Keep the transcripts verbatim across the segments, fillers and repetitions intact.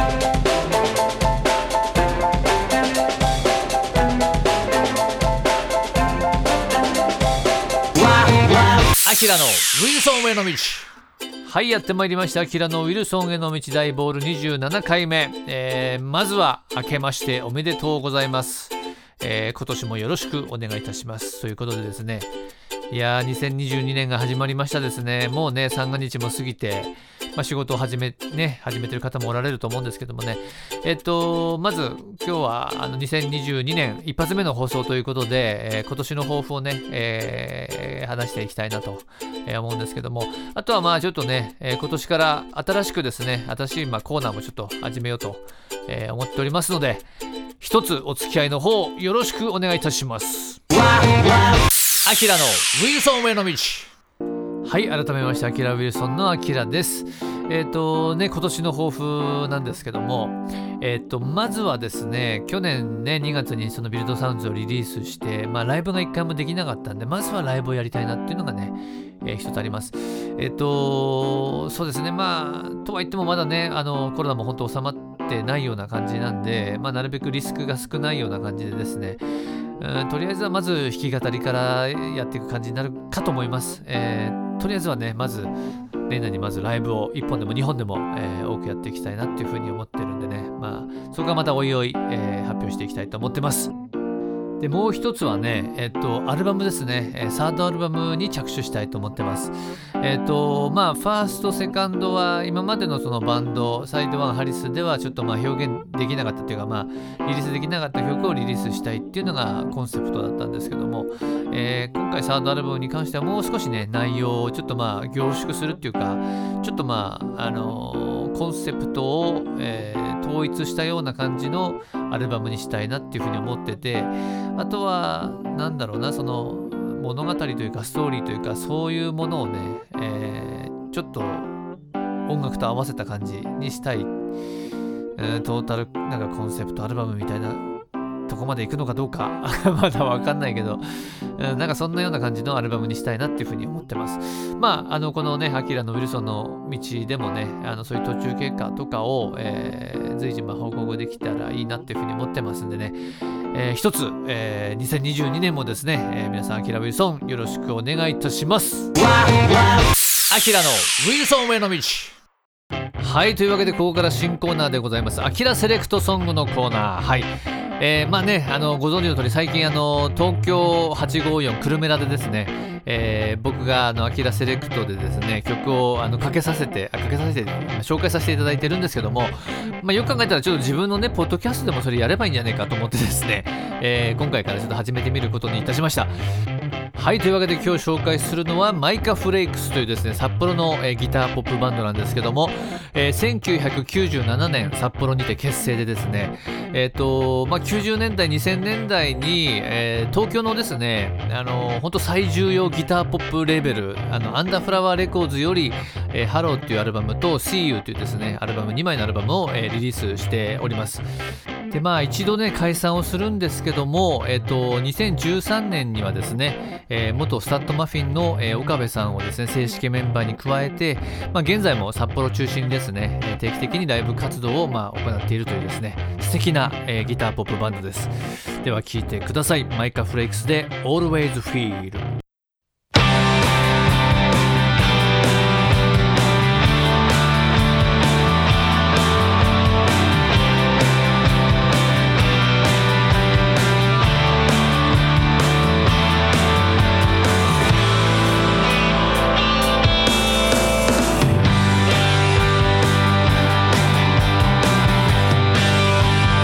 アキラのウィルソンへの道。はい、やってまいりました。アキラのウィルソンへの道大ボールにじゅうななかいめ、えー、まずは明けましておめでとうございます、えー、今年もよろしくお願いいたしますということでですね、いやーにせんにじゅうにねんが始まりましたですね。もうね三が日も過ぎて、まあ、仕事を始めね始めてる方もおられると思うんですけどもね、えっとまず今日はあのにせんにじゅうにねん一発目の放送ということで、えー、今年の抱負をね、えー、話していきたいなと思うんですけども、あとはまあちょっとね、えー、今年から新しくですね新しいまあコーナーもちょっと始めようと、えー、思っておりますので、一つお付き合いの方よろしくお願いいたします。アキラのウィルソンへの道。はい、改めましてアキラウィルソンのアキラです。えっ、ー、とね今年の抱負なんですけども、えっ、ー、とまずはですね去年ねにがつにそのビルドサウンズをリリースして、まあライブが一回もできなかったんで、まずはライブをやりたいなっていうのがね、えー、一つあります。えっ、ー、とそうですね、まあとは言ってもまだねあのコロナも本当収まってないような感じなんで、まあなるべくリスクが少ないような感じでですね、うん、とりあえずはまず弾き語りからやっていく感じになるかと思います。えー、とりあえずはねまず年内にまずライブをいっぽんでもにほんでも、えー、多くやっていきたいなっていうふうに思ってるんでね、まあそこはまたおいおい、えー、発表していきたいと思ってます。でもう一つはね、えっと、アルバムですね、えー、サードアルバムに着手したいと思ってます。えっと、まあ、ファースト、セカンドは今までのそのバンド、サイドワン、ハリスではちょっとまあ表現できなかったっていうか、まあ、リリースできなかった曲をリリースしたいっていうのがコンセプトだったんですけども、えー、今回サードアルバムに関してはもう少しね、内容をちょっとまあ凝縮するっていうか、ちょっとまあ、あのー、コンセプトを、えー、統一したような感じのアルバムにしたいなっていうふうに思ってて、あとはなんだろうな、その物語というかストーリーというかそういうものをね、えー、ちょっと音楽と合わせた感じにしたい、えー、トータルなんかコンセプトアルバムみたいなとこまで行くのかどうかまだわかんないけど、うん、なんかそんなような感じのアルバムにしたいなっていうふうに思ってます。まああのこのねアキラのウィルソンの道でもね、あのそういう途中経過とかを、えー、随時まあ報告できたらいいなっていうふうに思ってますんでね、えー、一つ、えー、にせんにじゅうにねんもですね、えー、皆さんアキラウィルソンよろしくお願いいたします。アキラのウィルソンへの道。はい、というわけでここから新コーナーでございます。アキラセレクトソングのコーナー。はい、えー、まあねあのご存知の通り最近あの東京はちごーよんクルメラでですね、えー、僕があのアキラセレクトでですね曲をあのかけさせてかけさせて紹介させていただいてるんですけども、まあ、よく考えたらちょっと自分のねポッドキャストでもそれやればいいんじゃないかと思ってですね、えー、今回からちょっと始めてみることにいたしました。はい、というわけで今日紹介するのはマイカフレイクスというですね札幌の、えー、ギターポップバンドなんですけども、えー、せんきゅうひゃくきゅうじゅうななねん札幌にて結成でですね、えーとまあ、きゅうじゅうねんだいにせんねんだいに、えー、東京のですねあの本当最重要ギターポップレーベルあのアンダーフラワーレコーズより、えー、ハローっていうアルバムと See You というですねアルバムにまいのアルバムを、えー、リリースしております。でまあ一度ね解散をするんですけども、えーとにせんじゅうさんねんにはですね、えー、元スタッドマフィンの、えー、岡部さんをですね正式メンバーに加えて、まあ、現在も札幌中心にですね、えー、定期的にライブ活動を、まあ、行っているというですね素敵な、えー、ギターポップバンドです。では聴いてください。マイカフレイクスで Always Feel。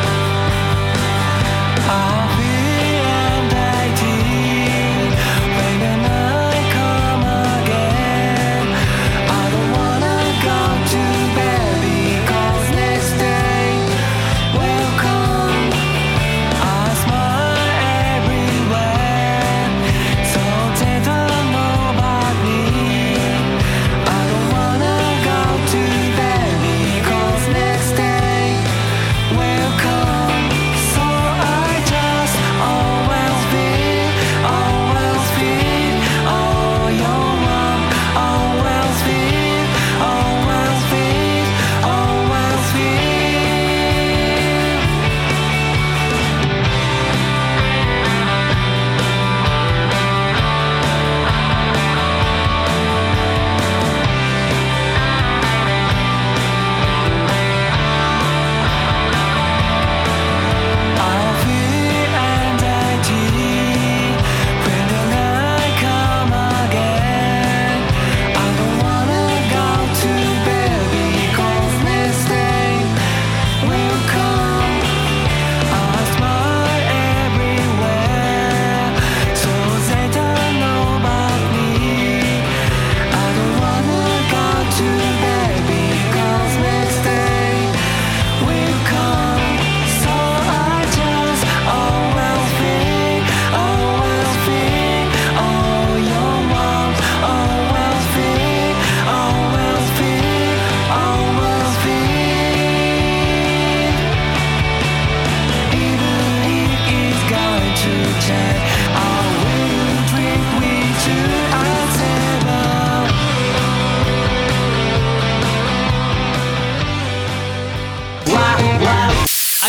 I'll be untidy when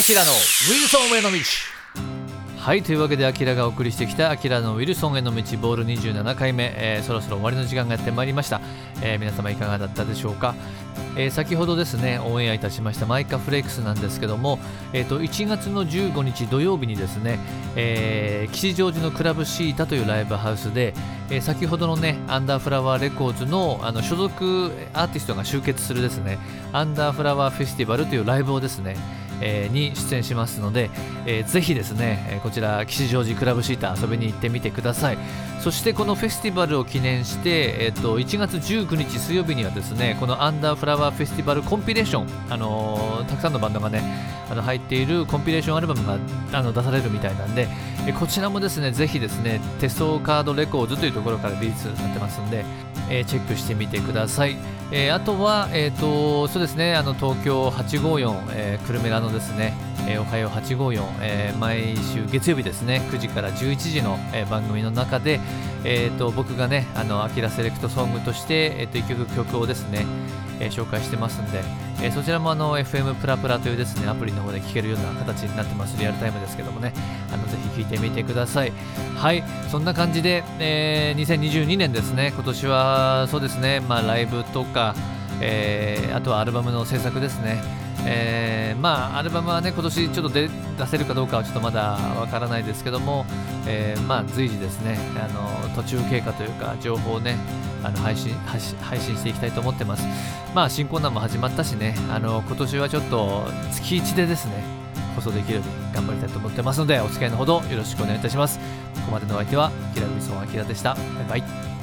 キラのウィルソンへの道。はい、というわけでアキラがお送りしてきたアキラのウィルソンへの道ボールにじゅうななかいめ、えー、そろそろ終わりの時間がやってまいりました。えー、皆様いかがだったでしょうか。えー、先ほどですねオンエアいたしましたマイカフレックスなんですけども、えー、といちがつのじゅうごにち土曜日にですね、えー、吉祥寺のクラブシータというライブハウスで、えー、先ほどのねアンダーフラワーレコーズ の, あの所属アーティストが集結するですねアンダーフラワーフェスティバルというライブをですねえー、に出演しますので、えー、ぜひですね、えー、こちら吉祥寺クラブシータ遊びに行ってみてください。そしてこのフェスティバルを記念して、えー、といちがつじゅうくにち水曜日にはですねこのアンダーフラワーフェスティバルコンピレーション、あのー、たくさんのバンドがねあの入っているコンピレーションアルバムがあの出されるみたいなんで、えー、こちらもですねぜひですねテストカードレコーズというところからリリースされてますんで、えー、チェックしてみてください。えー、あとは、えーとそうですね、あの東京はちごーよん、えー、久留米らのですね、えー、おはようはちごーよん、えー、毎週月曜日ですねくじからじゅういちじの、えー、番組の中で、えーと僕がねあのアキラセレクトソングとして、えーといっきょく曲をですね、えー、紹介してますんで、えー、そちらもあの エフエム プラプラというですねアプリの方で聴けるような形になってます。リアルタイムですけどもね、あのぜひ聴いてみてください。はい、そんな感じで、えー、にせんにじゅうにねんですね、今年はそうですね、まあライブとか、えー、あとはアルバムの制作ですね。えー、まあアルバムはね今年ちょっと出せるかどうかはちょっとまだわからないですけども、えー、まあ随時ですねあの途中経過というか情報をねあの配信配信していきたいと思ってます。まあ新コーナーも始まったしね、あの今年はちょっと月いちでですね放送できるように頑張りたいと思ってますので、お付き合いのほどよろしくお願いいたします。ここまでのお相手はキラウィソンアキラでした。バイバイ。